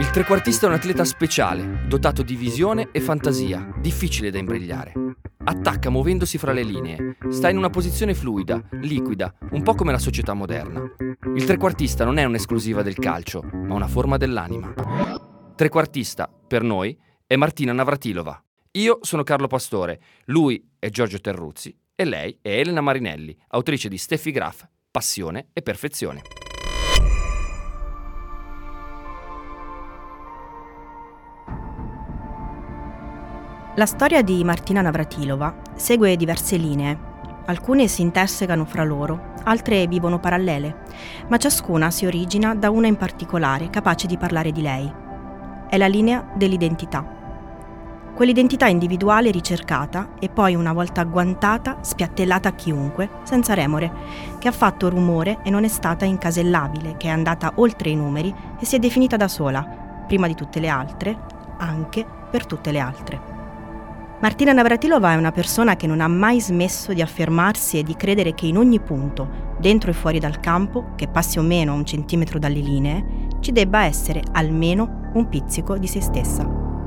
Il trequartista è un atleta speciale, dotato di visione e fantasia, difficile da imbrigliare. Attacca muovendosi fra le linee, sta in una posizione fluida, liquida, un po' come la società moderna. Il trequartista non è un'esclusiva del calcio, ma una forma dell'anima. Trequartista, per noi, è Martina Navratilova. Io sono Carlo Pastore, lui è Giorgio Terruzzi e lei è Elena Marinelli, autrice di Steffi Graf, Passione e Perfezione. La storia di Martina Navratilova segue diverse linee. Alcune si intersecano fra loro, altre vivono parallele, ma ciascuna si origina da una in particolare capace di parlare di lei. È la linea dell'identità. Quell'identità individuale ricercata e poi una volta agguantata, spiattellata a chiunque, senza remore, che ha fatto rumore e non è stata incasellabile, che è andata oltre i numeri e si è definita da sola, prima di tutte le altre, anche per tutte le altre. Martina Navratilova è una persona che non ha mai smesso di affermarsi e di credere che in ogni punto, dentro e fuori dal campo, che passi o meno 1 centimetro dalle linee, ci debba essere almeno un pizzico di se stessa.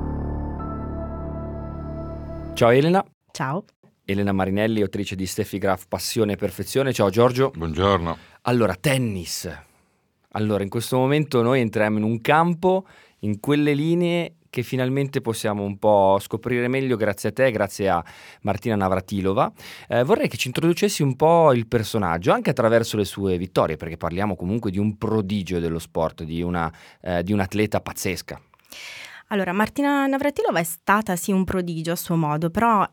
Ciao Elena. Ciao. Elena Marinelli, autrice di Steffi Graf, Passione e Perfezione. Ciao Giorgio. Buongiorno. Allora, tennis. Allora, in questo momento noi entriamo in un campo, in quelle linee che finalmente possiamo un po' scoprire meglio grazie a te, grazie a Martina Navratilova. Vorrei che ci introducessi un po' il personaggio, anche attraverso le sue vittorie, perché parliamo comunque di un prodigio dello sport, di un'atleta pazzesca. Allora, Martina Navratilova è stata sì un prodigio a suo modo, però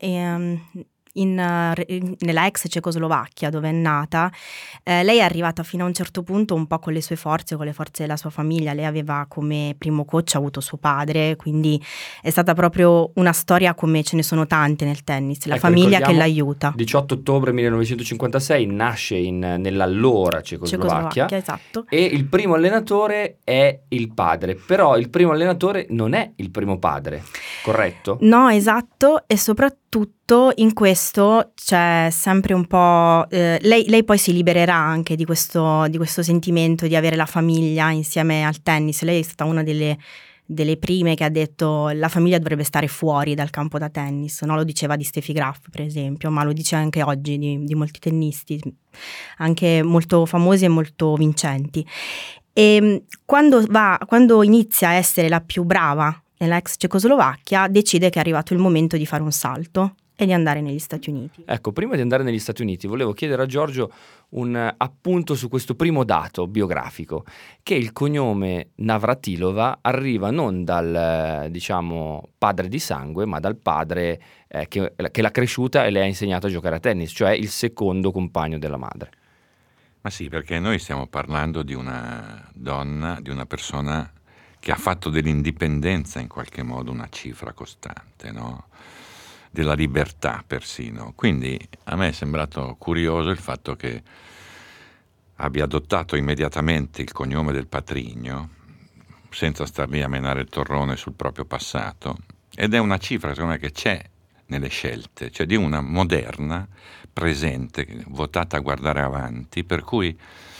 nella ex Cecoslovacchia, dove è nata, lei è arrivata fino a un certo punto un po' con le sue forze, con le forze della sua famiglia. Lei aveva come primo coach avuto suo padre, quindi è stata proprio una storia come ce ne sono tante nel tennis, la famiglia che l'aiuta. 18 ottobre 1956 nasce nell'allora Cecoslovacchia, esatto. E il primo allenatore è il padre, però il primo allenatore non è il primo padre, corretto? No, esatto, e soprattutto in questo c'è sempre un po'... lei poi si libererà anche di questo sentimento di avere la famiglia insieme al tennis. Lei è stata una delle prime che ha detto la famiglia dovrebbe stare fuori dal campo da tennis, no? Lo diceva di Steffi Graf, per esempio, ma lo dice anche oggi di molti tennisti, anche molto famosi e molto vincenti. E quando inizia a essere la più brava nella ex Cecoslovacchia, decide che è arrivato il momento di fare un salto e di andare negli Stati Uniti. Ecco, prima di andare negli Stati Uniti volevo chiedere a Giorgio un appunto su questo primo dato biografico, che il cognome Navratilova arriva non dal, padre di sangue, ma dal padre che l'ha cresciuta e le ha insegnato a giocare a tennis, cioè il secondo compagno della madre. Ma sì, perché noi stiamo parlando di una donna, di una persona che ha fatto dell'indipendenza in qualche modo una cifra costante, no? Della libertà persino. Quindi a me è sembrato curioso il fatto che abbia adottato immediatamente il cognome del patrigno, senza star lì a menare il torrone sul proprio passato, ed è una cifra secondo me che c'è nelle scelte, cioè di una moderna, presente, votata a guardare avanti, per cui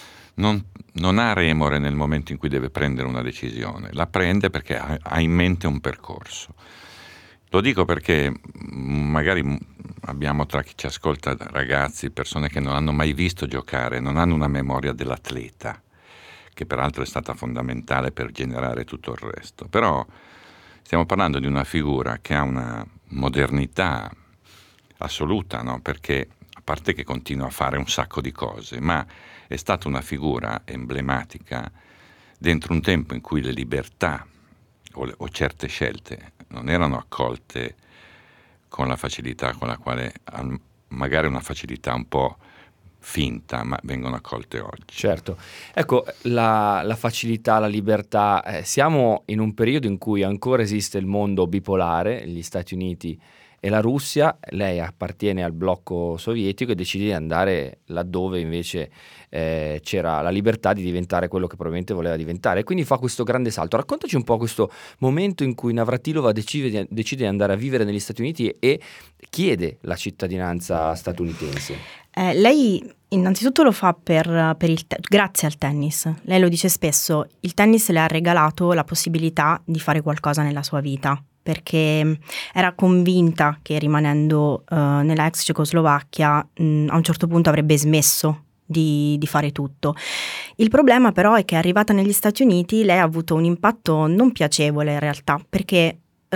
non ha remore nel momento in cui deve prendere una decisione, la prende perché ha in mente un percorso. Lo dico perché magari abbiamo tra chi ci ascolta ragazzi, persone che non hanno mai visto giocare, non hanno una memoria dell'atleta, che peraltro è stata fondamentale per generare tutto il resto. Però stiamo parlando di una figura che ha una modernità assoluta, no? Perché a parte che continua a fare un sacco di cose, ma è stata una figura emblematica dentro un tempo in cui le libertà o certe scelte non erano accolte con la facilità con la quale, magari una facilità un po' finta, ma vengono accolte oggi. Certo, ecco la facilità, la libertà, siamo in un periodo in cui ancora esiste il mondo bipolare, gli Stati Uniti e la Russia. Lei appartiene al blocco sovietico e decide di andare laddove invece c'era la libertà di diventare quello che probabilmente voleva diventare, e quindi fa questo grande salto. Raccontaci un po' questo momento in cui Navratilova decide di andare a vivere negli Stati Uniti e chiede la cittadinanza statunitense. Lei Innanzitutto lo fa grazie al tennis. Lei lo dice spesso, il tennis le ha regalato la possibilità di fare qualcosa nella sua vita, perché era convinta che rimanendo nella ex Cecoslovacchia a un certo punto avrebbe smesso di fare tutto. Il problema però è che arrivata negli Stati Uniti lei ha avuto un impatto non piacevole in realtà, perché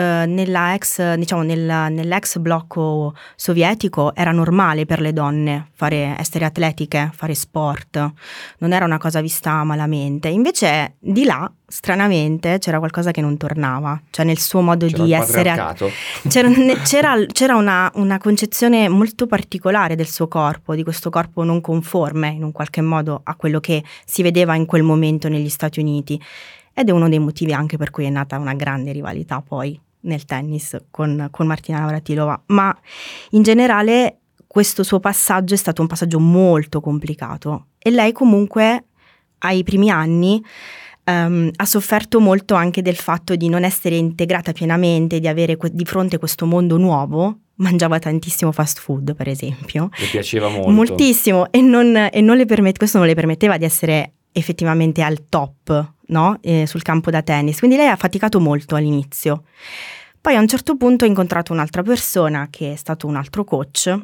nell'ex blocco sovietico era normale per le donne essere atletiche, fare sport, non era una cosa vista malamente. Invece di là, stranamente, c'era qualcosa che non tornava, cioè nel suo modo di essere. C'era una concezione molto particolare del suo corpo, di questo corpo non conforme in un qualche modo a quello che si vedeva in quel momento negli Stati Uniti. Ed è uno dei motivi anche per cui è nata una grande rivalità poi nel tennis con Martina Navratilova, ma in generale questo suo passaggio è stato un passaggio molto complicato e lei comunque ai primi anni ha sofferto molto anche del fatto di non essere integrata pienamente, di avere di fronte questo mondo nuovo. Mangiava tantissimo fast food, per esempio. Le piaceva molto. Moltissimo questo non le permetteva di essere effettivamente al top, no? Sul campo da tennis, quindi lei ha faticato molto all'inizio. Poi a un certo punto ha incontrato un'altra persona che è stato un altro coach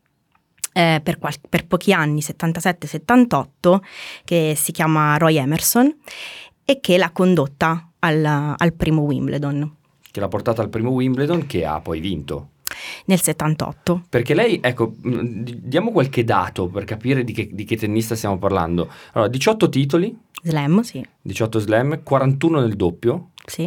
per pochi anni, 77-78, che si chiama Roy Emerson e che l'ha condotta al primo Wimbledon. Che l'ha portata al primo Wimbledon, che ha poi vinto. Nel 78. Perché lei, ecco, diamo qualche dato per capire di che tennista stiamo parlando. Allora, 18 titoli. Slam, sì. 18 slam, 41 nel doppio. Sì.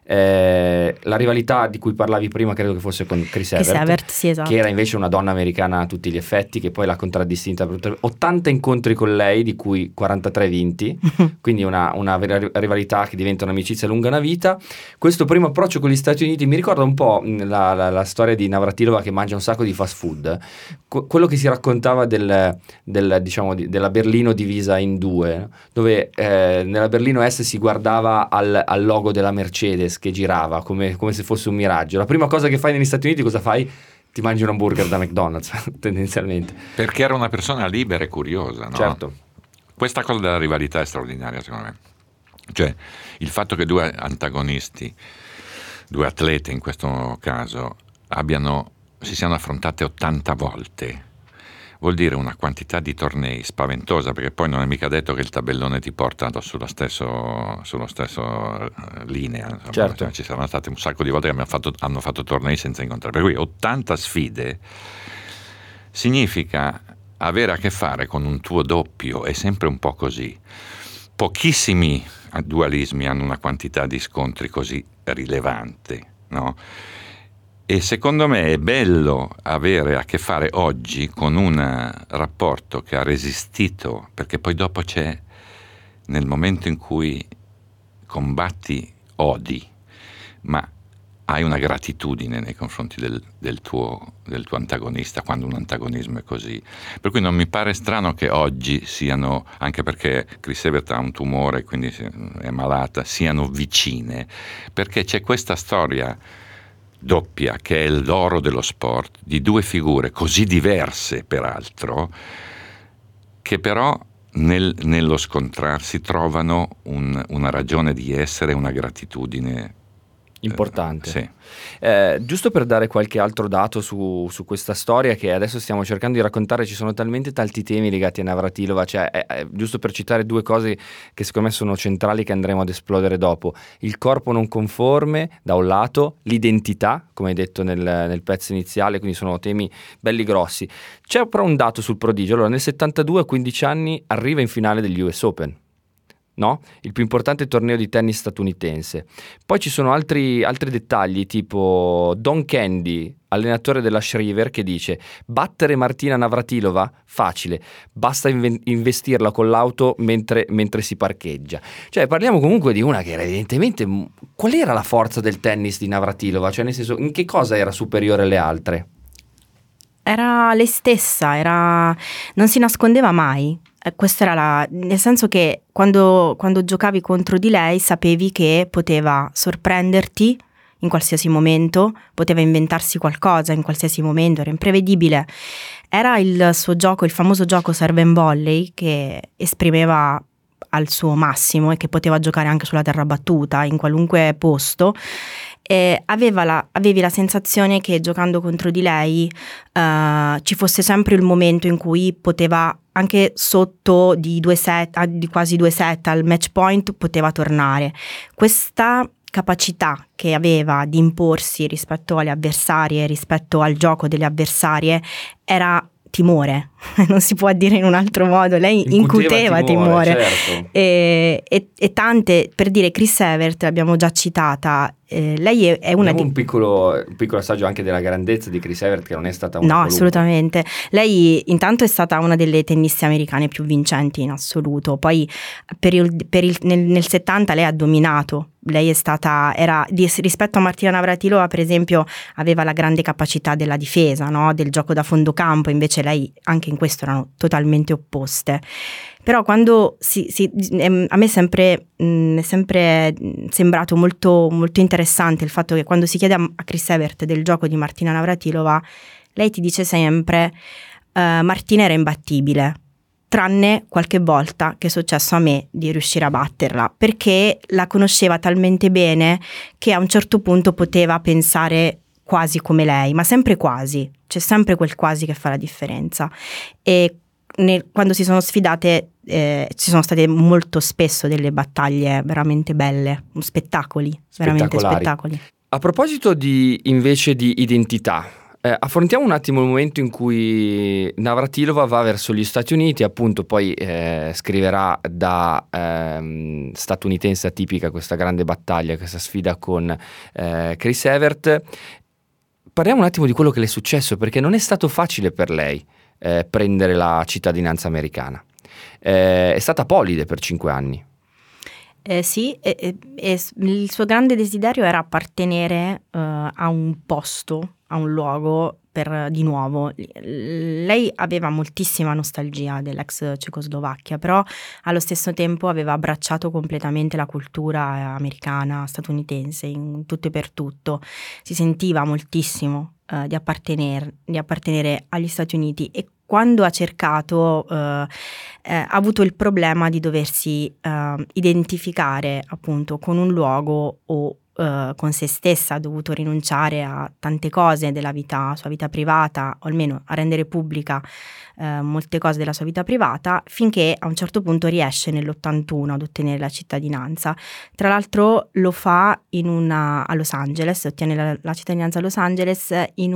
La rivalità di cui parlavi prima credo che fosse con Chris Evert, sì, esatto. Che era invece una donna americana a tutti gli effetti, che poi l'ha contraddistinta per 80 incontri con lei, di cui 43 vinti, quindi una rivalità che diventa un'amicizia lunga una vita. Questo primo approccio con gli Stati Uniti mi ricorda un po' la storia di Navratilova che mangia un sacco di fast food, quello che si raccontava della Berlino divisa in due, dove nella Berlino Est si guardava al logo della Mercedes che girava come se fosse un miraggio. La prima cosa che fai negli Stati Uniti, cosa fai? Ti mangi un hamburger da McDonald's tendenzialmente, perché era una persona libera e curiosa, no? Certo. Questa cosa della rivalità è straordinaria secondo me, cioè il fatto che due antagonisti, due atlete in questo caso, si siano affrontate 80 volte, vuol dire una quantità di tornei spaventosa, perché poi non è mica detto che il tabellone ti porta sullo stesso linea. Insomma. Certo. Ci saranno state un sacco di volte che hanno fatto tornei senza incontrare. Per cui 80 sfide significa avere a che fare con un tuo doppio, è sempre un po' così. Pochissimi dualismi hanno una quantità di scontri così rilevante, no? E secondo me è bello avere a che fare oggi con un rapporto che ha resistito, perché poi dopo c'è, nel momento in cui combatti, odi, ma hai una gratitudine nei confronti del tuo antagonista, quando un antagonismo è così. Per cui non mi pare strano che oggi siano, anche perché Chris Evert ha un tumore, quindi è malata, siano vicine, perché c'è questa storia doppia, che è l'oro dello sport, di due figure così diverse peraltro, che però nello scontrarsi trovano una ragione di essere, una gratitudine importante. Sì. Giusto per dare qualche altro dato su questa storia che adesso stiamo cercando di raccontare, ci sono talmente tanti temi legati a Navratilova, giusto per citare due cose che secondo me sono centrali, che andremo ad esplodere dopo: il corpo non conforme da un lato, l'identità, come hai detto nel pezzo iniziale, quindi sono temi belli grossi. C'è però un dato sul prodigio. Allora, nel 72 a 15 anni arriva in finale degli US Open, no? Il più importante torneo di tennis statunitense. Poi ci sono altri dettagli, tipo Don Candy, allenatore della Shriver, che dice: battere Martina Navratilova? Facile, basta investirla con l'auto mentre si parcheggia. Cioè parliamo comunque di una che era evidentemente... Qual era la forza del tennis di Navratilova? Cioè nel senso, in che cosa era superiore alle altre? Era lei stessa, non si nascondeva mai. Questo era nel senso che quando giocavi contro di lei sapevi che poteva sorprenderti in qualsiasi momento, poteva inventarsi qualcosa in qualsiasi momento, era imprevedibile. Era il suo gioco, il famoso gioco serve and volley, che esprimeva al suo massimo e che poteva giocare anche sulla terra battuta, in qualunque posto. E avevi la sensazione che giocando contro di lei ci fosse sempre il momento in cui poteva, anche sotto di quasi 2 set al match point, poteva tornare. Questa capacità che aveva di imporsi rispetto alle avversarie, rispetto al gioco delle avversarie, era timore, non si può dire in un altro modo. Lei incuteva timore. Certo. E tante, per dire, Chris Evert l'abbiamo già citata, lei è una un piccolo assaggio anche della grandezza di Chris Evert, che non è stata una No, qualunque. assolutamente. Lei intanto è stata una delle tenniste americane più vincenti in assoluto. Poi nel 70 lei ha dominato. Lei rispetto a Martina Navratilova, per esempio, aveva la grande capacità della difesa, no? Del gioco da fondo campo. Invece lei, anche in questo, erano totalmente opposte. Però quando a me è sempre sembrato molto, molto interessante il fatto che quando si chiede a Chris Evert del gioco di Martina Navratilova, lei ti dice sempre Martina era imbattibile, tranne qualche volta che è successo a me di riuscire a batterla, perché la conosceva talmente bene che a un certo punto poteva pensare quasi come lei, ma sempre quasi, c'è sempre quel quasi che fa la differenza. E quando si sono sfidate ci sono state molto spesso delle battaglie veramente belle, veramente spettacoli. A proposito invece di identità, affrontiamo un attimo il momento in cui Navratilova va verso gli Stati Uniti, appunto poi scriverà da statunitense atipica questa grande battaglia, questa sfida con Chris Evert. Parliamo un attimo di quello che le è successo, perché non è stato facile per lei prendere la cittadinanza americana. È stata polide per 5 anni. Sì, e il suo grande desiderio era appartenere a un posto, a un luogo di nuovo. Lei aveva moltissima nostalgia dell'ex Cecoslovacchia, però allo stesso tempo aveva abbracciato completamente la cultura americana, statunitense, in tutto e per tutto. Si sentiva moltissimo di appartenere agli Stati Uniti, e quando ha cercato ha avuto il problema di doversi identificare appunto con un luogo o con se stessa. Ha dovuto rinunciare a tante cose della sua vita privata, o almeno a rendere pubblica molte cose della sua vita privata, finché a un certo punto riesce nell'81 ad ottenere la cittadinanza. Tra l'altro lo fa a Los Angeles, ottiene la cittadinanza a Los Angeles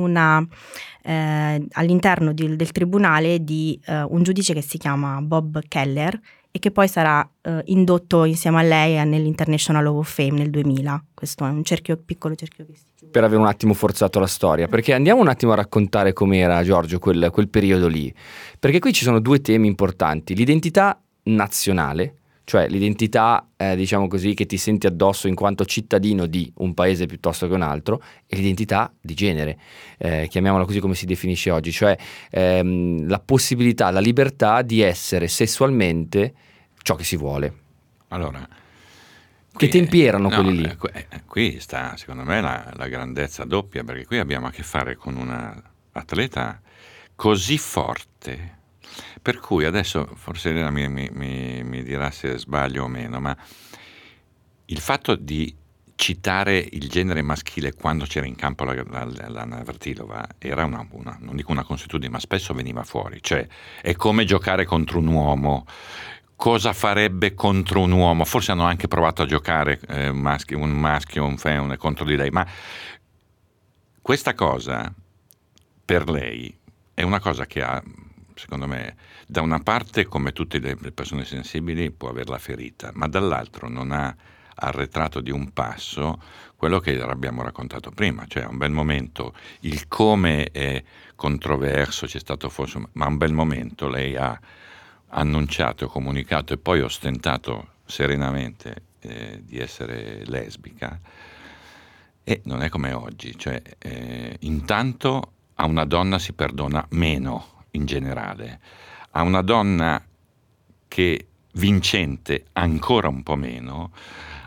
all'interno del tribunale di un giudice che si chiama Bob Keller, e che poi sarà indotto insieme a lei nell'International Hall of Fame nel 2000. Questo è un piccolo cerchio che si chiude. Per aver un attimo forzato la storia, perché andiamo un attimo a raccontare com'era, Giorgio, quel periodo lì, perché qui ci sono 2 temi importanti: l'identità nazionale, cioè l'identità diciamo così, che ti senti addosso in quanto cittadino di un paese piuttosto che un altro, e l'identità di genere, chiamiamola così come si definisce oggi, cioè la possibilità, la libertà di essere sessualmente ciò che si vuole. Allora, che tempi erano quelli lì? Qui sta secondo me la grandezza doppia, perché qui abbiamo a che fare con una atleta così forte, per cui adesso forse Elena mi dirà se sbaglio o meno, ma il fatto di citare il genere maschile quando c'era in campo la Navratilova era non dico una consuetudine, ma spesso veniva fuori. Cioè, è come giocare contro un uomo. Cosa farebbe contro un uomo? Forse hanno anche provato a giocare un maschio, un femmine contro di lei, ma questa cosa per lei è una cosa che ha, secondo me, da una parte, come tutte le persone sensibili, può averla ferita, ma dall'altro non ha arretrato di un passo quello che abbiamo raccontato prima, cioè a un bel momento il come è controverso, c'è stato forse, ma a un bel momento lei ha annunciato, comunicato e poi ostentato serenamente di essere lesbica, e non è come oggi, cioè intanto a una donna si perdona meno in generale, a una donna che vincente ancora un po' meno,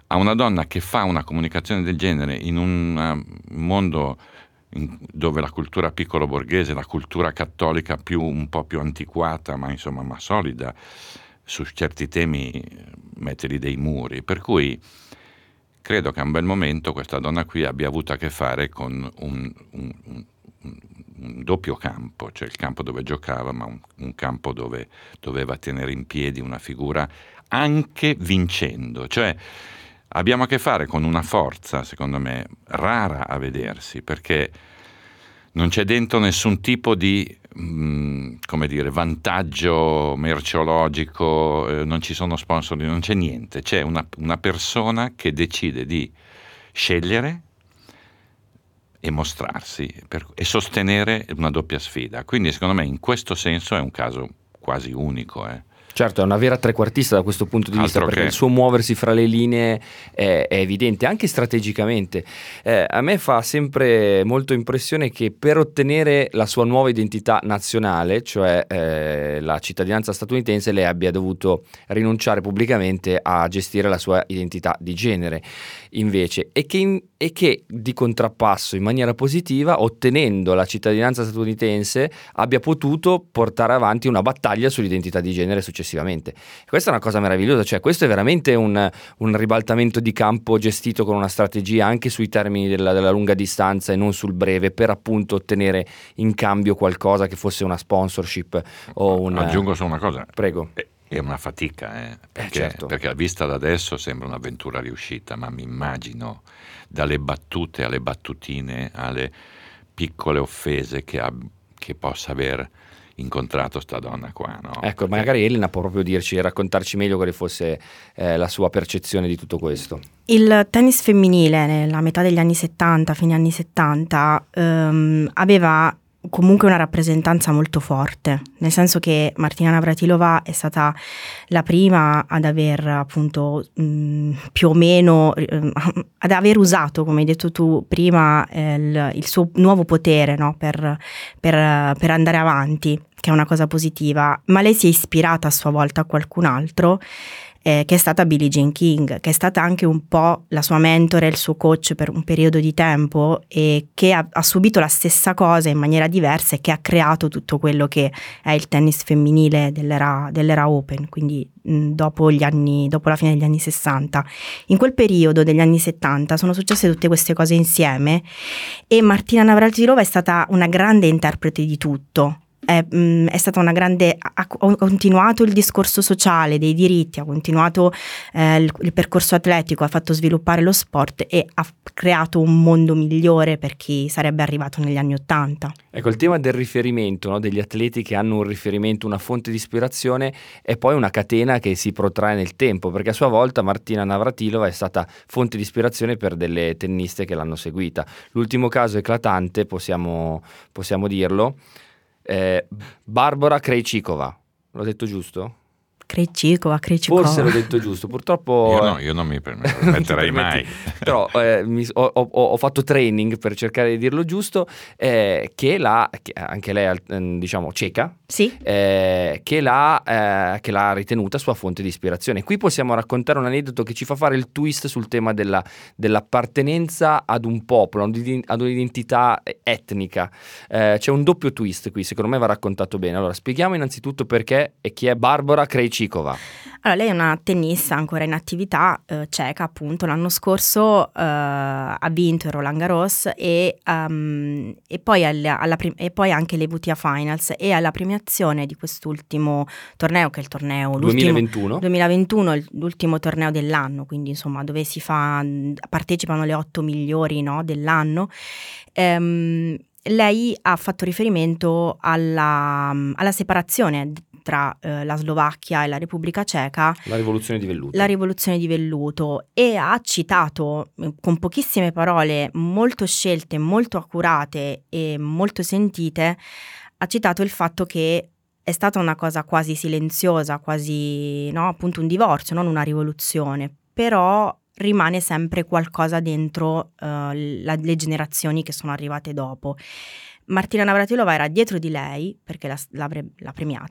a una donna che fa una comunicazione del genere in un mondo dove la cultura piccolo borghese, la cultura cattolica un po' più antiquata, ma insomma ma solida, su certi temi mettergli dei muri. Per cui credo che a un bel momento questa donna qui abbia avuto a che fare con un doppio campo, cioè il campo dove giocava, ma un campo dove doveva tenere in piedi una figura anche vincendo. Cioè abbiamo a che fare con una forza, secondo me, rara a vedersi, perché non c'è dentro nessun tipo di come dire, vantaggio merceologico, non ci sono sponsor, non c'è niente, c'è una persona che decide di scegliere e mostrarsi e sostenere una doppia sfida. Quindi secondo me in questo senso è un caso quasi unico. Certo, è una vera trequartista da questo punto di vista, perché il suo muoversi fra le linee è evidente, anche strategicamente. A me fa sempre molto impressione che per ottenere la sua nuova identità nazionale, cioè la cittadinanza statunitense, lei abbia dovuto rinunciare pubblicamente a gestire la sua identità di genere, invece, e che di contrappasso, in maniera positiva, ottenendo la cittadinanza statunitense, abbia potuto portare avanti una battaglia sull'identità di genere successivamente. Questa è una cosa meravigliosa, cioè questo è veramente un ribaltamento di campo gestito con una strategia anche sui termini della lunga distanza e non sul breve, per appunto ottenere in cambio qualcosa che fosse una sponsorship o una... Aggiungo solo una cosa. Prego. È una fatica, perché, certo. Perché vista da adesso sembra un'avventura riuscita, ma mi immagino dalle battute alle battutine alle piccole offese che possa aver incontrato sta donna qua, no? Ecco, magari Elena può proprio raccontarci meglio quale fosse la sua percezione di tutto questo. Il tennis femminile nella metà degli anni 70, fine anni 70, aveva comunque una rappresentanza molto forte, nel senso che Martina Navratilova è stata la prima ad aver appunto più o meno ad aver usato, come hai detto tu prima, il suo nuovo potere, no? per andare avanti, che è una cosa positiva, ma lei si è ispirata a sua volta a qualcun altro, che è stata Billie Jean King, che è stata anche un po' la sua mentore, il suo coach per un periodo di tempo, e che ha subito la stessa cosa in maniera diversa e che ha creato tutto quello che è il tennis femminile dell'era Open, quindi dopo la fine degli anni 60. In quel periodo degli anni 70 sono successe tutte queste cose insieme e Martina Navratilova è stata una grande interprete di tutto. È stata una grande, ha continuato il discorso sociale dei diritti, ha continuato il percorso atletico, ha fatto sviluppare lo sport e ha creato un mondo migliore per chi sarebbe arrivato negli anni '80. Ecco, il tema del riferimento, no? Degli atleti che hanno un riferimento, una fonte di ispirazione, è poi una catena che si protrae nel tempo, perché a sua volta Martina Navratilova è stata fonte di ispirazione per delle tenniste che l'hanno seguita. L'ultimo caso eclatante, possiamo dirlo, Barbora Krejcikova, l'ho detto giusto? Krejcikova. Forse l'ho detto giusto, purtroppo io non mi permetterei mai. Però ho fatto training per cercare di dirlo giusto, che anche lei diciamo ceca, sì. che l'ha ritenuta sua fonte di ispirazione. Qui possiamo raccontare un aneddoto che ci fa fare il twist sul tema dell'appartenenza ad un popolo, ad un'identità etnica. C'è un doppio twist qui, secondo me va raccontato bene. Allora, spieghiamo innanzitutto perché e chi è Barbora Krejcikova. Allora, lei è una tennista ancora in attività, ceca appunto. L'anno scorso ha vinto il Roland Garros e poi anche le WTA Finals, e alla premiazione di quest'ultimo torneo, che è il torneo 2021, l'ultimo torneo dell'anno, quindi insomma dove partecipano le 8 migliori, no, dell'anno. Lei ha fatto riferimento alla separazione tra la Slovacchia e la Repubblica Ceca, la rivoluzione di velluto, e ha citato con pochissime parole, molto scelte, molto accurate e molto sentite, ha citato il fatto che è stata una cosa quasi silenziosa, quasi, no, appunto un divorzio, non una rivoluzione, però rimane sempre qualcosa dentro le generazioni che sono arrivate dopo. Martina Navratilova era dietro di lei perché l'ha premiata,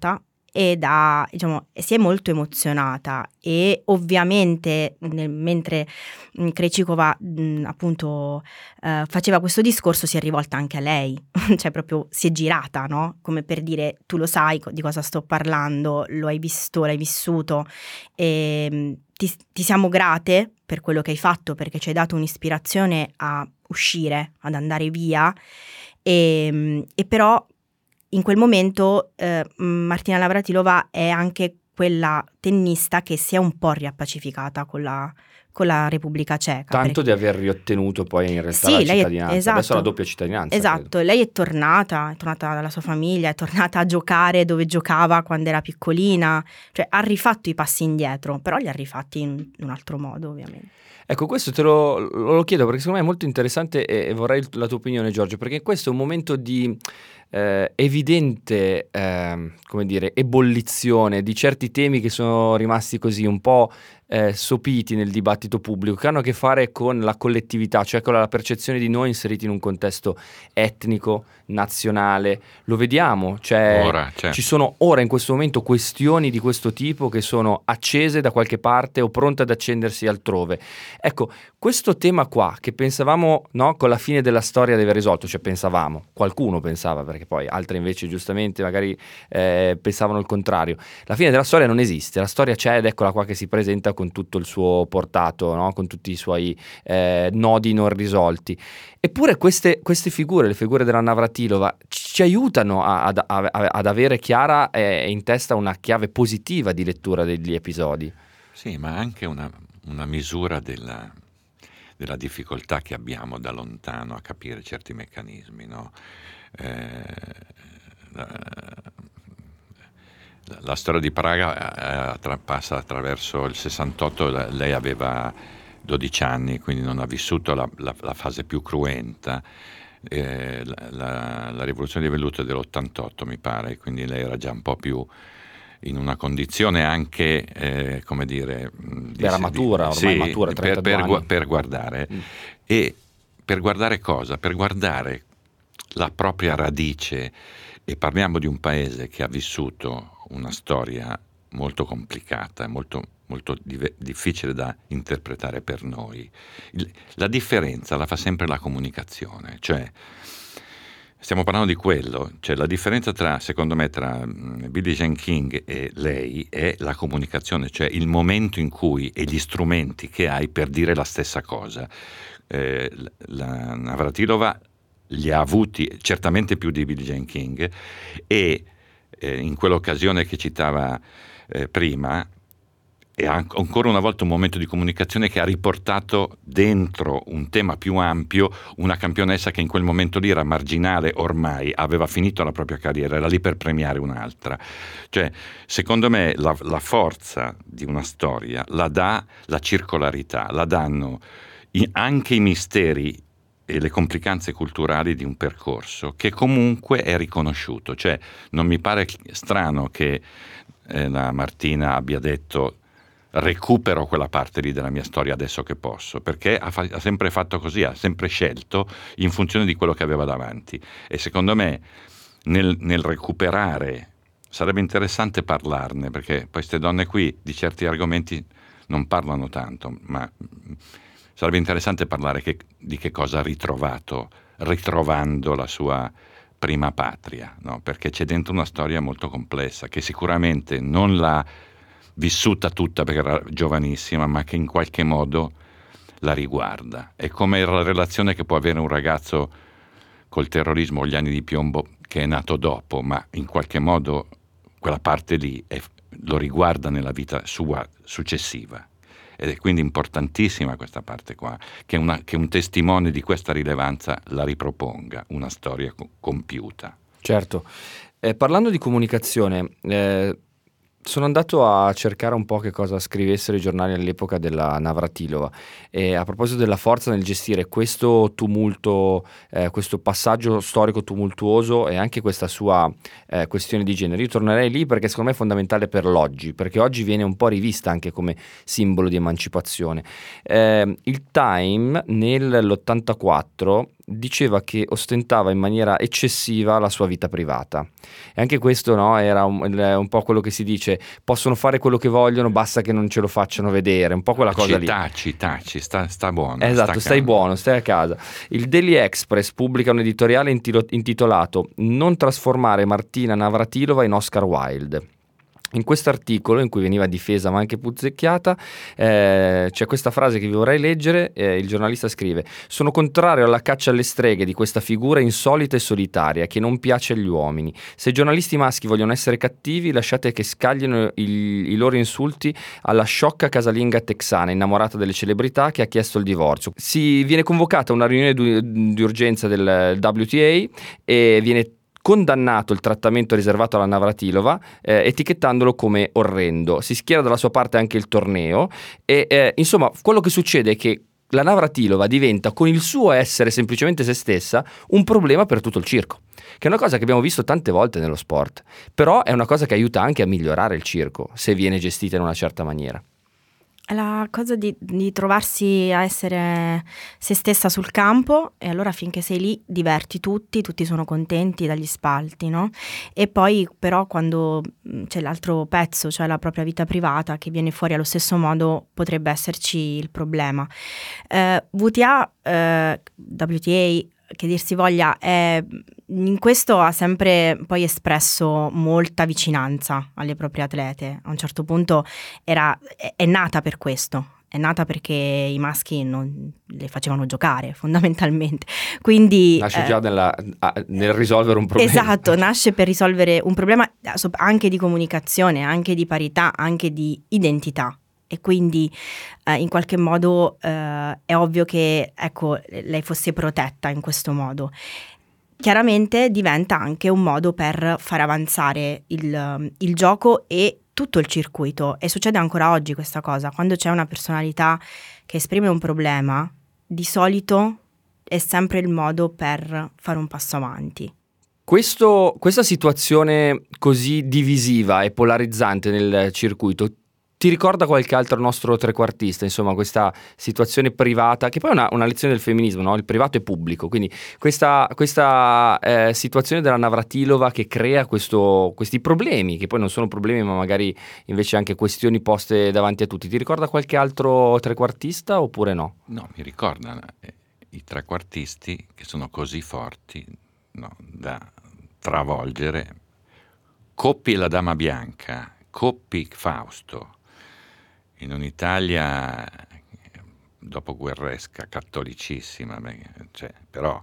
si è molto emozionata, e ovviamente mentre Krejcikova appunto faceva questo discorso, si è rivolta anche a lei, cioè proprio si è girata, no? Come per dire: tu lo sai di cosa sto parlando, lo hai visto, l'hai vissuto, e ti siamo grate per quello che hai fatto, perché ci hai dato un'ispirazione a uscire, ad andare via, e però in quel momento Martina Navratilova è anche quella tennista che si è un po' riappacificata con la Repubblica Ceca. Tanto di aver riottenuto poi in realtà la cittadinanza. Esatto, adesso la doppia cittadinanza. Esatto, credo. lei è tornata dalla sua famiglia, è tornata a giocare dove giocava quando era piccolina, cioè ha rifatto i passi indietro, però li ha rifatti in un altro modo, ovviamente. Ecco, questo te lo chiedo perché secondo me è molto interessante, e vorrei la tua opinione, Giorgio, perché questo è un momento di evidente, come dire, ebollizione di certi temi che sono rimasti così un po' sopiti nel dibattito pubblico, che hanno a che fare con la collettività, cioè con la percezione di noi inseriti in un contesto etnico, nazionale. Lo vediamo, cioè ci sono ora in questo momento questioni di questo tipo che sono accese da qualche parte o pronte ad accendersi altrove. Ecco, questo tema qua che pensavamo, no, con la fine della storia di aver risolto, cioè qualcuno pensava, perché poi altri invece giustamente magari pensavano il contrario. La fine della storia non esiste, la storia c'è ed eccola qua che si presenta con tutto il suo portato, no? Con tutti i suoi nodi non risolti. Eppure queste figure, le figure della Navratilova, ci aiutano ad avere chiara in testa una chiave positiva di lettura degli episodi. Sì, ma anche una misura della difficoltà che abbiamo da lontano a capire certi meccanismi, no? La storia di Praga passa attraverso il 68, lei aveva 12 anni, quindi non ha vissuto la fase più cruenta. La rivoluzione di velluto è dell'88, mi pare, quindi lei era già un po' più in una condizione anche, come dire... Era matura, ormai matura, 32 anni. Per guardare. E per guardare cosa? Per guardare la propria radice, e parliamo di un paese che ha vissuto una storia molto complicata, molto, molto difficile da interpretare per noi. La differenza la fa sempre la comunicazione, cioè stiamo parlando di quello, cioè la differenza secondo me tra Billie Jean King e lei è la comunicazione, cioè il momento in cui e gli strumenti che hai per dire la stessa cosa. La Navratilova li ha avuti certamente più di Billie Jean King, e in quell'occasione che citava prima è ancora una volta un momento di comunicazione che ha riportato dentro un tema più ampio una campionessa che in quel momento lì era marginale, ormai aveva finito la propria carriera, era lì per premiare un'altra. Cioè, secondo me la forza di una storia la dà la circolarità, la danno anche i misteri e le complicanze culturali di un percorso che comunque è riconosciuto. Cioè, non mi pare strano che la Martina abbia detto: recupero quella parte lì della mia storia adesso che posso, perché ha sempre fatto così, ha sempre scelto in funzione di quello che aveva davanti. E secondo me nel recuperare sarebbe interessante parlarne, perché poi queste donne qui di certi argomenti non parlano tanto, ma sarebbe interessante parlare di che cosa ha ritrovato ritrovando la sua prima patria, no? Perché c'è dentro una storia molto complessa che sicuramente non l'ha vissuta tutta perché era giovanissima, ma che in qualche modo la riguarda. È come la relazione che può avere un ragazzo col terrorismo o gli anni di piombo che è nato dopo, ma in qualche modo quella parte lì lo riguarda nella vita sua successiva. Ed è quindi importantissima questa parte qua, che un testimone di questa rilevanza la riproponga, una storia compiuta. Certo. Parlando di comunicazione, sono andato a cercare un po' che cosa scrivessero i giornali all'epoca della Navratilova, e a proposito della forza nel gestire questo tumulto, questo passaggio storico tumultuoso, e anche questa sua questione di genere. Io tornerei lì perché secondo me è fondamentale per l'oggi, perché oggi viene un po' rivista anche come simbolo di emancipazione. Il Time nell'84 diceva che ostentava in maniera eccessiva la sua vita privata. E anche questo, no, era un po' quello che si dice: possono fare quello che vogliono, basta che non ce lo facciano vedere, un po' quella cosa lì. Taci, sta buono. Esatto, stai buono, stai a casa. Il Daily Express pubblica un editoriale intitolato "Non trasformare Martina Navratilova in Oscar Wilde". In questo articolo, in cui veniva difesa ma anche puzzecchiata, c'è questa frase che vi vorrei leggere. Il giornalista scrive: "Sono contrario alla caccia alle streghe di questa figura insolita e solitaria che non piace agli uomini. Se i giornalisti maschi vogliono essere cattivi, lasciate che scaglino i loro insulti alla sciocca casalinga texana innamorata delle celebrità che ha chiesto il divorzio". Si viene convocata una riunione di urgenza del WTA e viene condannato il trattamento riservato alla Navratilova, etichettandolo come orrendo. Si schiera dalla sua parte anche il torneo e insomma quello che succede è che la Navratilova diventa, con il suo essere semplicemente se stessa, un problema per tutto il circo, che è una cosa che abbiamo visto tante volte nello sport, però è una cosa che aiuta anche a migliorare il circo se viene gestita in una certa maniera. La cosa di trovarsi a essere se stessa sul campo, e allora finché sei lì diverti tutti sono contenti dagli spalti, no? E poi però quando c'è l'altro pezzo, cioè la propria vita privata, che viene fuori allo stesso modo, potrebbe esserci il problema. WTA, che dir si voglia, in questo ha sempre poi espresso molta vicinanza alle proprie atlete. A un certo punto è nata per questo, è nata perché i maschi non le facevano giocare fondamentalmente. Quindi nasce già nel risolvere un problema. Esatto, nasce per risolvere un problema anche di comunicazione, anche di parità, anche di identità. E quindi in qualche modo è ovvio che, ecco, lei fosse protetta in questo modo. Chiaramente diventa anche un modo per far avanzare il gioco e tutto il circuito, e succede ancora oggi questa cosa. Quando c'è una personalità che esprime un problema, di solito è sempre il modo per fare un passo avanti. Questa situazione così divisiva e polarizzante nel circuito ti ricorda qualche altro nostro trequartista, insomma, questa situazione privata, che poi è una lezione del femminismo, no? Il privato è pubblico, quindi questa situazione della Navratilova che crea questi problemi, che poi non sono problemi ma magari invece anche questioni poste davanti a tutti. Ti ricorda qualche altro trequartista oppure no? No, mi ricordano i trequartisti che sono così forti, no, da travolgere Coppi e la Dama Bianca, Coppi Fausto, in un'Italia dopoguerresca, cattolicissima, cioè, però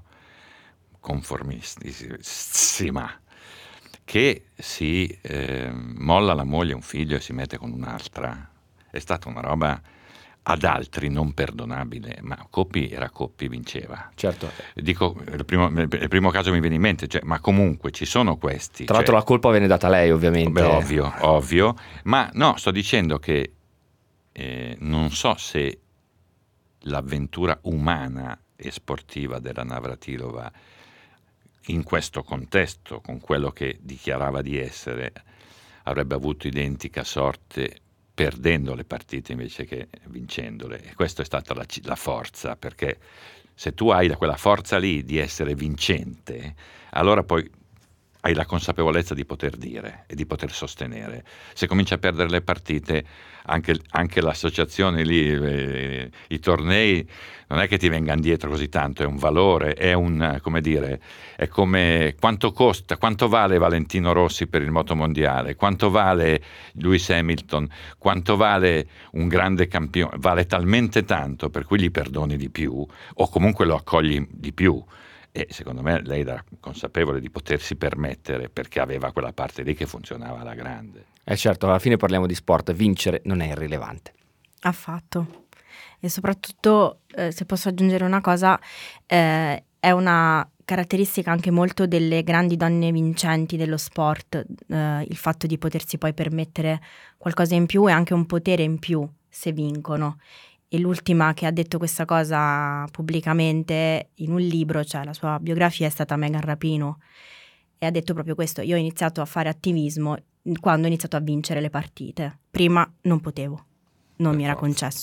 conformistissima, che si molla la moglie e un figlio e si mette con un'altra. È stata una roba ad altri non perdonabile, ma Coppi era Coppi, vinceva. Certo. Dico, il primo caso mi viene in mente, cioè, ma comunque ci sono questi. Tra l'altro la colpa viene data a lei, ovviamente. Beh, ovvio, ma no, sto dicendo che non so se l'avventura umana e sportiva della Navratilova in questo contesto, con quello che dichiarava di essere, avrebbe avuto identica sorte perdendo le partite invece che vincendole. E questa è stata la forza, perché se tu hai quella forza lì di essere vincente, allora poi hai la consapevolezza di poter dire e di poter sostenere. Se cominci a perdere le partite, anche l'associazione lì, i tornei, non è che ti vengano dietro così tanto, è un valore, è come quanto costa, quanto vale Valentino Rossi per il motomondiale, quanto vale Lewis Hamilton, quanto vale un grande campione, vale talmente tanto per cui gli perdoni di più o comunque lo accogli di più. E secondo me lei era consapevole di potersi permettere, perché aveva quella parte lì che funzionava alla grande. Certo, alla fine parliamo di sport, vincere non è irrilevante. Affatto. E soprattutto, se posso aggiungere una cosa, è una caratteristica anche molto delle grandi donne vincenti dello sport, il fatto di potersi poi permettere qualcosa in più e anche un potere in più se vincono. E l'ultima che ha detto questa cosa pubblicamente in un libro, cioè la sua biografia, è stata Megan Rapinoe, e ha detto proprio questo: io ho iniziato a fare attivismo quando ho iniziato a vincere le partite, prima non potevo, non mi era concesso.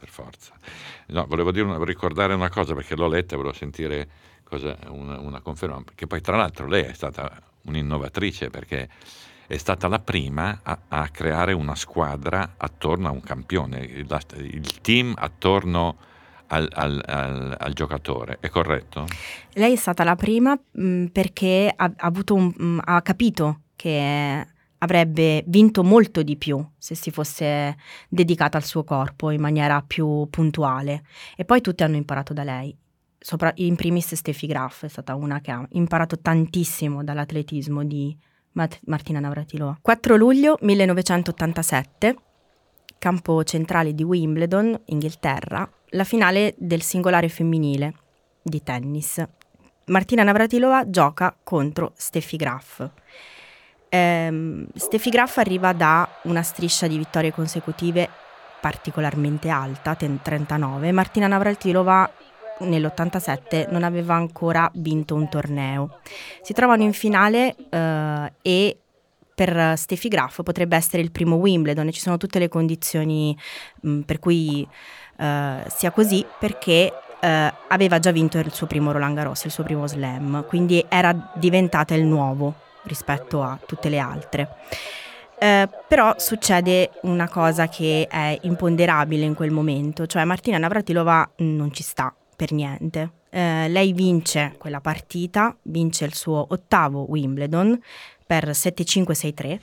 per forza. No, volevo ricordare una cosa, perché l'ho letta e volevo sentire una conferma, che poi tra l'altro lei è stata un'innovatrice, perché è stata la prima a creare una squadra attorno a un campione, il team attorno al giocatore, è corretto? Lei è stata la prima perché ha capito che avrebbe vinto molto di più se si fosse dedicata al suo corpo in maniera più puntuale, e poi tutti hanno imparato da lei. In primis Steffi Graf è stata una che ha imparato tantissimo dall'atletismo di Martina Navratilova. 4 luglio 1987, campo centrale di Wimbledon, Inghilterra, la finale del singolare femminile di tennis. Martina Navratilova gioca contro Steffi Graf. Steffi Graf arriva da una striscia di vittorie consecutive particolarmente alta, 39. Martina Navratilova nell'87 non aveva ancora vinto un torneo. Si trovano in finale e per Steffi Graf potrebbe essere il primo Wimbledon, e ci sono tutte le condizioni per cui sia così, perché aveva già vinto il suo primo Roland Garros, il suo primo slam, quindi era diventata il nuovo rispetto a tutte le altre. Però succede una cosa che è imponderabile in quel momento, cioè Martina Navratilova non ci sta per niente. Lei vince quella partita, vince il suo 8º Wimbledon per 7-5-6-3.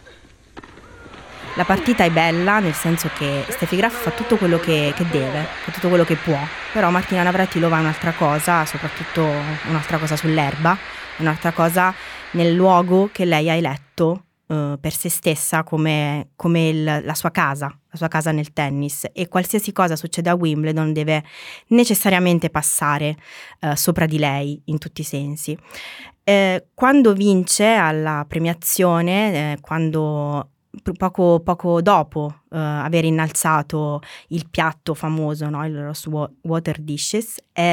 La partita è bella, nel senso che Steffi Graf fa tutto quello che deve, fa tutto quello che può, però Martina Navratilova è un'altra cosa, soprattutto un'altra cosa sull'erba, un'altra cosa nel luogo che lei ha eletto per se stessa come la sua casa nel tennis, e qualsiasi cosa succede a Wimbledon deve necessariamente passare sopra di lei in tutti i sensi. Quando vince alla premiazione, quando poco dopo aver innalzato il piatto famoso, no? Il Rose Water Dishes,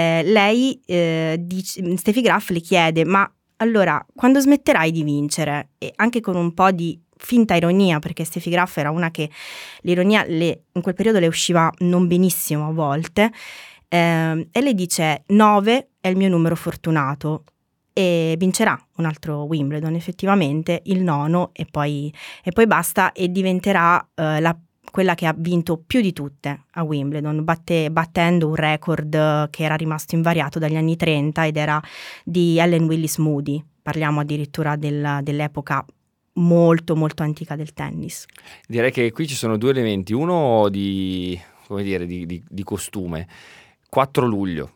Steffi Graf le chiede: ma allora, quando smetterai di vincere? E anche con un po' di finta ironia, perché Steffi Graf era una che l'ironia in quel periodo le usciva non benissimo a volte, e le dice: 9 è il mio numero fortunato. E vincerà un altro Wimbledon, effettivamente il 9, e poi basta, e diventerà quella che ha vinto più di tutte a Wimbledon, battendo un record che era rimasto invariato dagli anni 30 ed era di Ellen Willis Moody. Parliamo addirittura dell'epoca molto molto antica del tennis. Direi che qui ci sono due elementi, uno di costume. 4 luglio.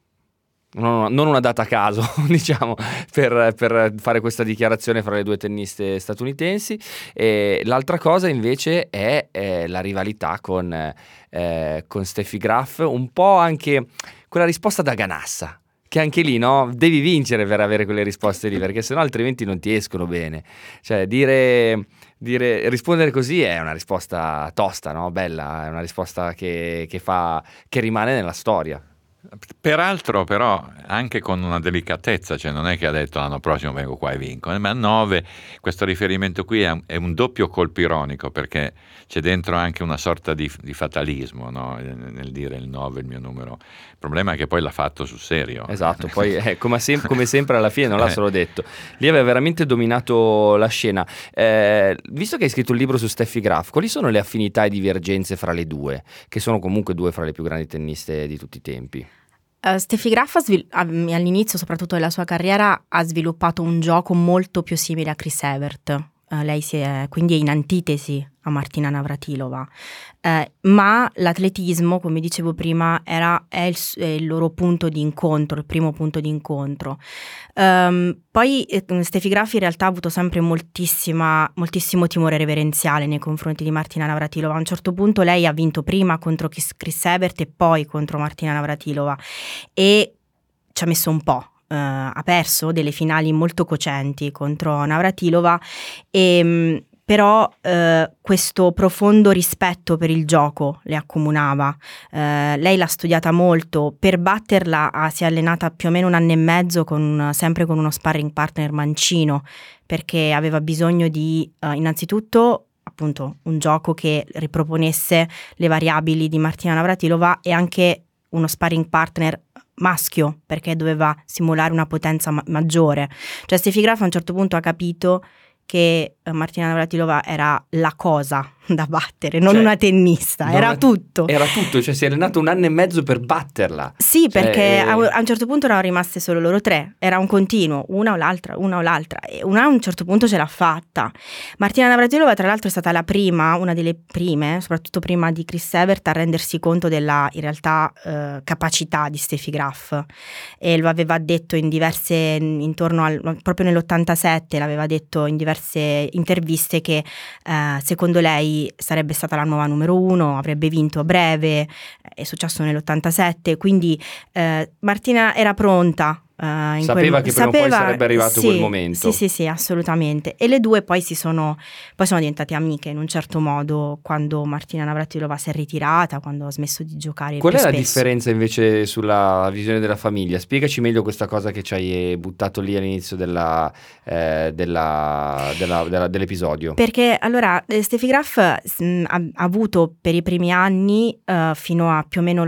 Non una data a caso, diciamo, per fare questa dichiarazione fra le due tenniste statunitensi. E l'altra cosa invece è la rivalità con Steffi Graf, un po' anche quella risposta da ganassa, che anche lì, no, devi vincere per avere quelle risposte lì, perché sennò altrimenti non ti escono bene. Cioè rispondere così è una risposta tosta, no? Bella, è una risposta che rimane nella storia. Peraltro però anche con una delicatezza, cioè non è che ha detto l'anno prossimo vengo qua e vinco, ma a 9 questo riferimento qui è un doppio colpo ironico, perché c'è dentro anche una sorta di fatalismo, no? Nel dire il 9 è il mio numero. Il problema è che poi l'ha fatto sul serio. Esatto, poi come sempre alla fine non l'ha solo detto. Lì aveva veramente dominato la scena. Visto che hai scritto un libro su Steffi Graf, quali sono le affinità e divergenze fra le due, che sono comunque due fra le più grandi tenniste di tutti i tempi? Steffi Graf all'inizio, soprattutto della sua carriera, ha sviluppato un gioco molto più simile a Chris Evert. Lei quindi è in antitesi a Martina Navratilova, ma l'atletismo, come dicevo prima, è il loro punto di incontro, il primo punto di incontro. Poi Steffi Graf in realtà ha avuto sempre moltissimo timore reverenziale nei confronti di Martina Navratilova. A un certo punto lei ha vinto prima contro Chris Evert e poi contro Martina Navratilova, e ci ha messo un po'. Ha perso delle finali molto cocenti contro Navratilova, però questo profondo rispetto per il gioco le accomunava. Lei l'ha studiata molto, per batterla si è allenata più o meno 1 anno e mezzo sempre con uno sparring partner mancino, perché aveva bisogno di innanzitutto appunto un gioco che riproponesse le variabili di Martina Navratilova e anche uno sparring partner maschio, perché doveva simulare una potenza maggiore. Cioè Steffi Graf a un certo punto ha capito che Martina Navratilova era la cosa da battere, non una tennista, era tutto. Era tutto, cioè si è allenato 1 anno e mezzo per batterla. Sì, perché a un certo punto erano rimaste solo loro 3, era un continuo, una o l'altra, e una a un certo punto ce l'ha fatta. Martina Navratilova tra l'altro è stata la prima, una delle prime, soprattutto prima di Chris Evert, a rendersi conto della in realtà capacità di Steffi Graf, e lo aveva detto in diverse, proprio nell'87 l'aveva detto in diverse interviste che secondo lei sarebbe stata la nuova numero 1, avrebbe vinto a breve, è successo nell'87, quindi Martina era pronta. Sapeva che prima o poi sarebbe arrivato quel momento. Sì, assolutamente. E le due poi sono diventate amiche in un certo modo quando Martina Navratilova si è ritirata, quando ha smesso di giocare. Qual più è la spesso. differenza invece sulla visione della famiglia? Spiegaci meglio questa cosa che ci hai buttato lì all'inizio dell'episodio. Perché allora Steffi Graf ha avuto per i primi anni fino a più o meno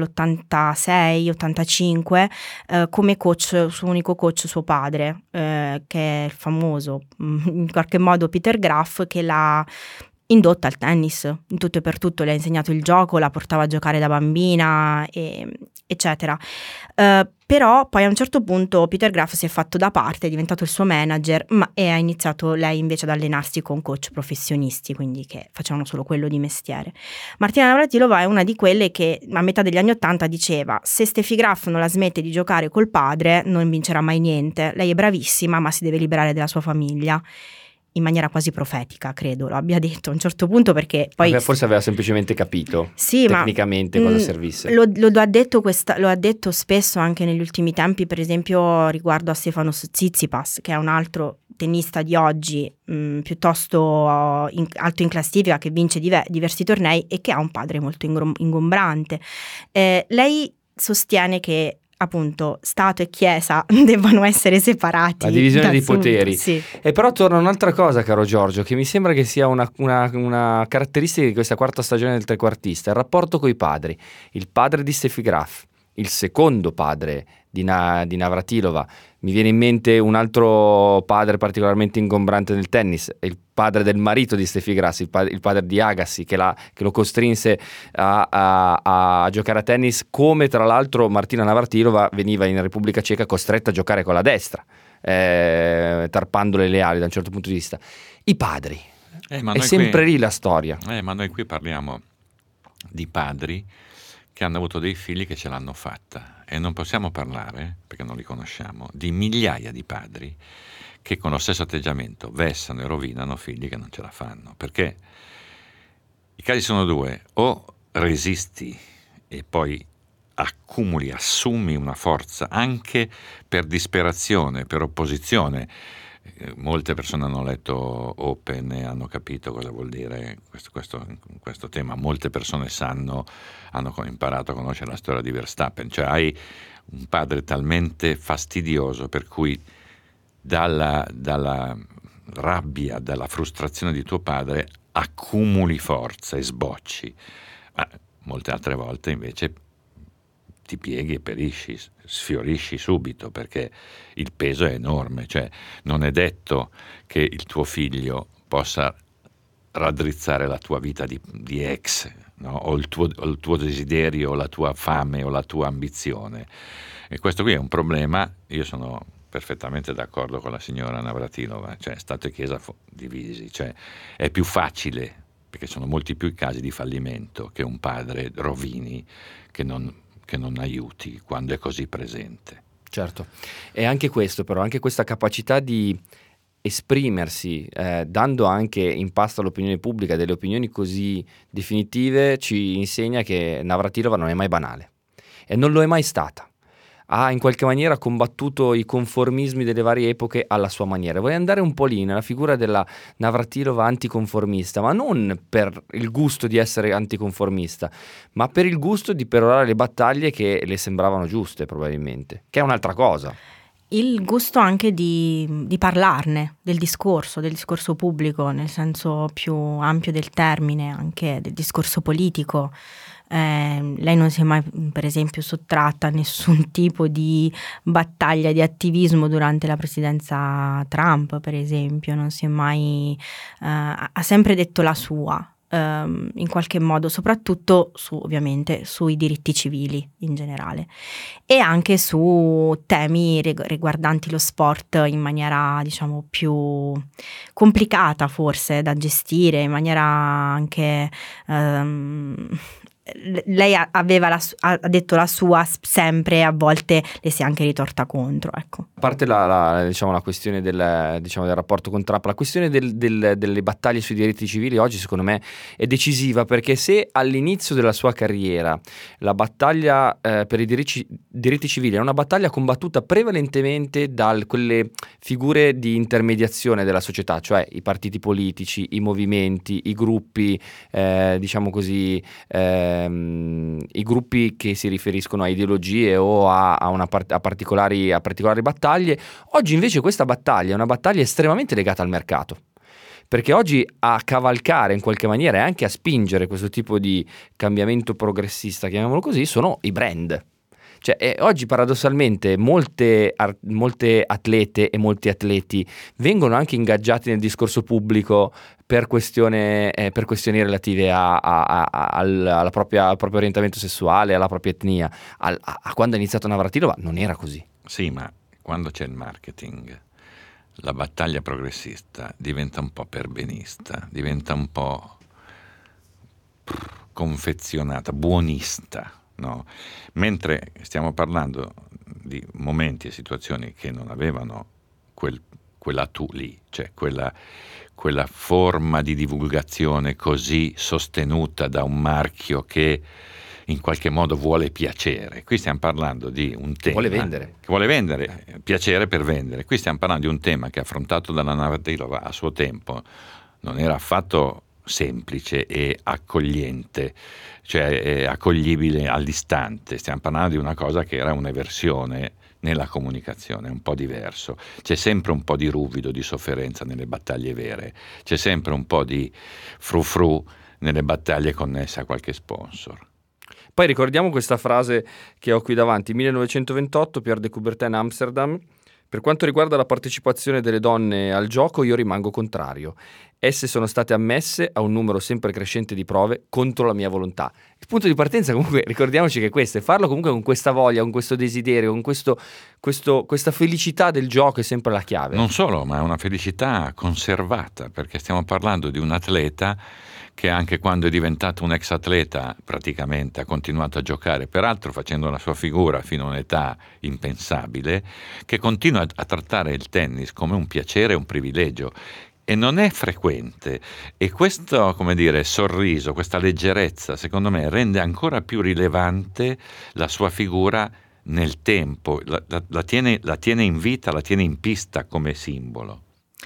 l'86-85 come coach, suo unico coach, suo padre, che è il famoso in qualche modo Peter Graf, che l'ha indotta al tennis in tutto e per tutto, le ha insegnato il gioco, la portava a giocare da bambina, eccetera. Però poi a un certo punto Peter Graf si è fatto da parte, è diventato il suo manager, e ha iniziato lei invece ad allenarsi con coach professionisti, quindi che facevano solo quello di mestiere. Martina Navratilova è una di quelle che a metà degli anni '80 diceva: se Steffi Graf non la smette di giocare col padre non vincerà mai niente, lei è bravissima ma si deve liberare della sua famiglia. In maniera quasi profetica, credo, lo abbia detto a un certo punto, perché poi forse aveva semplicemente capito tecnicamente cosa servisse. Lo ha detto lo ha detto spesso anche negli ultimi tempi, per esempio riguardo a Stefanos Tsitsipas, che è un altro tennista di oggi piuttosto alto in classifica, che vince diversi tornei e che ha un padre molto ingombrante. Lei sostiene che appunto Stato e Chiesa debbano essere separati. La divisione dei poteri. Sì. E però torna un'altra cosa, caro Giorgio, che mi sembra che sia una caratteristica di questa quarta stagione del trequartista: il rapporto coi padri. Il padre di Steffi Graf, il secondo padre di Navratilova. Mi viene in mente un altro padre particolarmente ingombrante nel tennis, il padre del marito di Steffi Graf, il padre di Agassi, che lo costrinse a giocare a tennis, come tra l'altro Martina Navratilova veniva in Repubblica Ceca costretta a giocare con la destra, tarpandole le ali da un certo punto di vista. I padri, è sempre lì la storia. Ma noi qui parliamo di padri che hanno avuto dei figli che ce l'hanno fatta, e non possiamo parlare, perché non li conosciamo, di migliaia di padri che con lo stesso atteggiamento vessano e rovinano figli che non ce la fanno, perché i casi sono due: o resisti e poi assumi una forza anche per disperazione, per opposizione. Molte persone hanno letto Open e hanno capito cosa vuol dire questo tema. Molte persone hanno imparato a conoscere la storia di Verstappen. Cioè hai un padre talmente fastidioso per cui dalla rabbia, dalla frustrazione di tuo padre accumuli forza e sbocci, ma molte altre volte invece ti pieghi e perisci, sfiorisci subito, perché il peso è enorme. Cioè non è detto che il tuo figlio possa raddrizzare la tua vita di ex, no? o il tuo desiderio, o la tua fame, o la tua ambizione. E questo qui è un problema. Io sono perfettamente d'accordo con la signora Navratilova, cioè Stato e Chiesa divisi. Cioè è più facile, perché sono molti più i casi di fallimento, che un padre rovini che non aiuti quando è così presente. Certo, e anche questo però, anche questa capacità di esprimersi, dando anche in pasto all'opinione pubblica delle opinioni così definitive, ci insegna che Navratilova non è mai banale, e non lo è mai stata. Ha in qualche maniera combattuto i conformismi delle varie epoche alla sua maniera. Vorrei andare un po' lì nella figura della Navratilova anticonformista, ma non per il gusto di essere anticonformista, ma per il gusto di perorare le battaglie che le sembravano giuste, probabilmente, che è un'altra cosa. il gusto anche di parlarne, del discorso pubblico, nel senso più ampio del termine, anche del discorso politico. Lei non si è mai, per esempio, sottratta a nessun tipo di battaglia di attivismo durante la presidenza Trump, per esempio, non si è mai, ha sempre detto la sua. In qualche modo, soprattutto ovviamente sui diritti civili in generale, e anche su temi riguardanti lo sport in maniera, diciamo, più complicata forse da gestire, in maniera anche lei ha detto la sua sempre, a volte le si è anche ritorta contro, ecco. A parte diciamo, la questione del rapporto con Trump, la questione delle battaglie sui diritti civili oggi secondo me è decisiva, perché se all'inizio della sua carriera la battaglia per i diritti civili è una battaglia combattuta prevalentemente da quelle figure di intermediazione della società, cioè i partiti politici, i movimenti, i gruppi, diciamo così, i gruppi che si riferiscono a ideologie o a particolari battaglie. Oggi invece questa battaglia è una battaglia estremamente legata al mercato, perché oggi a cavalcare in qualche maniera e anche a spingere questo tipo di cambiamento progressista, chiamiamolo così, sono i brand. Cioè, oggi paradossalmente molte atlete e molti atleti vengono anche ingaggiati nel discorso pubblico per questioni relative al proprio orientamento sessuale, alla propria etnia. Quando è iniziato Navratilova non era così. Sì, ma quando c'è il marketing, la battaglia progressista diventa un po' perbenista, diventa un po' confezionata, buonista. No, mentre stiamo parlando di momenti e situazioni che non avevano quella lì, cioè quella forma di divulgazione così sostenuta da un marchio che in qualche modo vuole piacere. Qui stiamo parlando di un tema che vuole vendere, piacere per vendere. Qui stiamo parlando di un tema che, affrontato dalla Navratilova a suo tempo, non era affatto semplice e accogliente, cioè accoglibile all'istante. Stiamo parlando di una cosa che era un'eversione nella comunicazione, un po' diverso. C'è sempre un po' di ruvido, di sofferenza nelle battaglie vere, c'è sempre un po' di frufru nelle battaglie connesse a qualche sponsor. Poi ricordiamo questa frase che ho qui davanti, 1928, Pierre de Coubertin, Amsterdam: per quanto riguarda la partecipazione delle donne al gioco, io rimango contrario. Esse sono state ammesse a un numero sempre crescente di prove contro la mia volontà. Il punto di partenza, comunque, ricordiamoci che questo, e farlo comunque con questa voglia, con questo desiderio, con questa felicità del gioco è sempre la chiave. Non solo, ma è una felicità conservata, perché stiamo parlando di un atleta che anche quando è diventato un ex atleta praticamente ha continuato a giocare, peraltro facendo la sua figura fino a un'età impensabile, che continua a trattare il tennis come un piacere e un privilegio. E non è frequente, e questo, come dire, sorriso, questa leggerezza, secondo me rende ancora più rilevante la sua figura nel tempo, la tiene in vita, la tiene in pista come simbolo.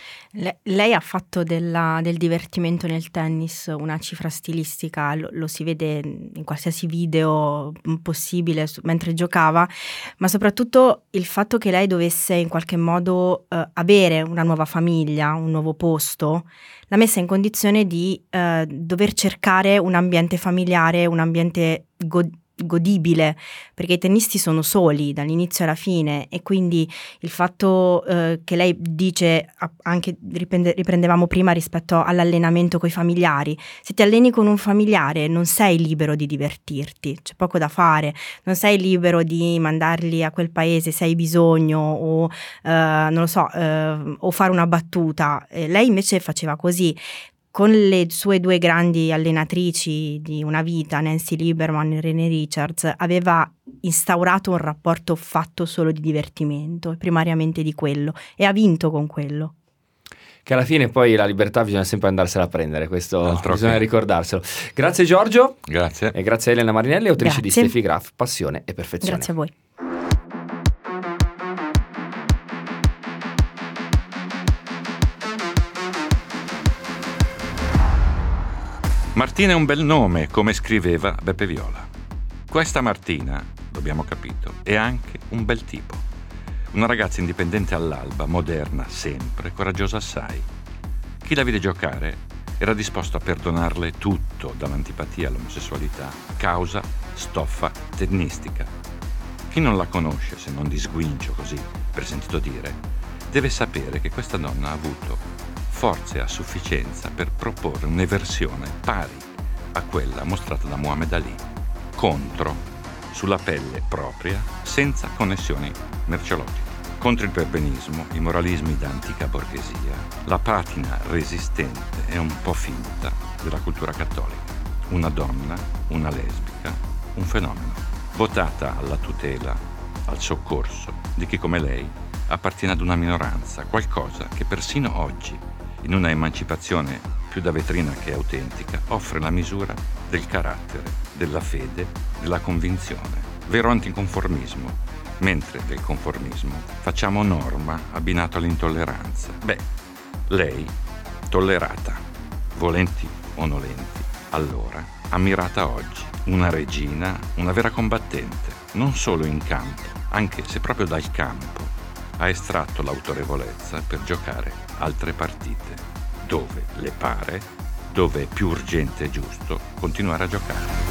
Lei ha fatto del divertimento nel tennis una cifra stilistica, lo si vede in qualsiasi video possibile mentre giocava, ma soprattutto il fatto che lei dovesse in qualche modo avere una nuova famiglia, un nuovo posto, l'ha messa in condizione di dover cercare un ambiente familiare, un ambiente godibile, perché i tennisti sono soli dall'inizio alla fine, e quindi il fatto che lei dice, anche riprendevamo prima rispetto all'allenamento coi familiari, se ti alleni con un familiare non sei libero di divertirti, c'è poco da fare, non sei libero di mandarli a quel paese se hai bisogno o non lo so, o fare una battuta. Lei invece faceva così. Con le sue due grandi allenatrici di una vita, Nancy Lieberman e René Richards, aveva instaurato un rapporto fatto solo di divertimento, primariamente di quello, e ha vinto con quello. Che alla fine poi la libertà bisogna sempre andarsela a prendere, questo bisogna ricordarselo. Grazie Giorgio. Grazie. E grazie a Elena Marinelli, autrice di Steffi Graf, Passione e Perfezione. Grazie a voi. Martina è un bel nome, come scriveva Beppe Viola. Questa Martina, lo abbiamo capito, è anche un bel tipo. Una ragazza indipendente all'alba, moderna sempre, coraggiosa assai. Chi la vide giocare era disposto a perdonarle tutto, dall'antipatia all'omosessualità, causa stoffa tennistica. Chi non la conosce, se non di sguincio così, per sentito dire, deve sapere che questa donna ha avuto forze a sufficienza per proporre un'eversione pari a quella mostrata da Muhammad Ali, contro, sulla pelle propria, senza connessioni merceologiche. Contro il perbenismo, i moralismi d'antica borghesia, la patina resistente e un po' finta della cultura cattolica. Una donna, una lesbica, un fenomeno, votata alla tutela, al soccorso di chi come lei appartiene ad una minoranza, qualcosa che persino oggi, in una emancipazione più da vetrina che autentica, offre la misura del carattere, della fede, della convinzione, vero anticonformismo, mentre del conformismo facciamo norma abbinato all'intolleranza. Lei, tollerata, volenti o nolenti, allora, ammirata oggi, una regina, una vera combattente, non solo in campo, anche se proprio dal campo ha estratto l'autorevolezza per giocare altre partite, dove le pare, dove è più urgente e giusto continuare a giocare.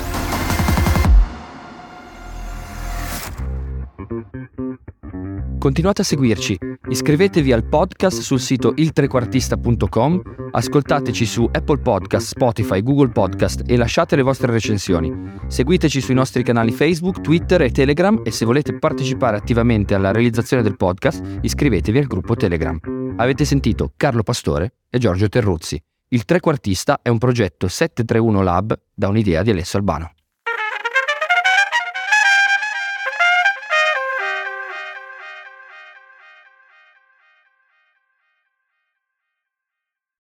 Continuate a seguirci, iscrivetevi al podcast sul sito iltrequartista.com, ascoltateci su Apple Podcast, Spotify, Google Podcast e lasciate le vostre recensioni. Seguiteci sui nostri canali Facebook, Twitter e Telegram e se volete partecipare attivamente alla realizzazione del podcast, iscrivetevi al gruppo Telegram. Avete sentito Carlo Pastore e Giorgio Terruzzi. Il Trequartista è un progetto 731 Lab da un'idea di Alessio Albano.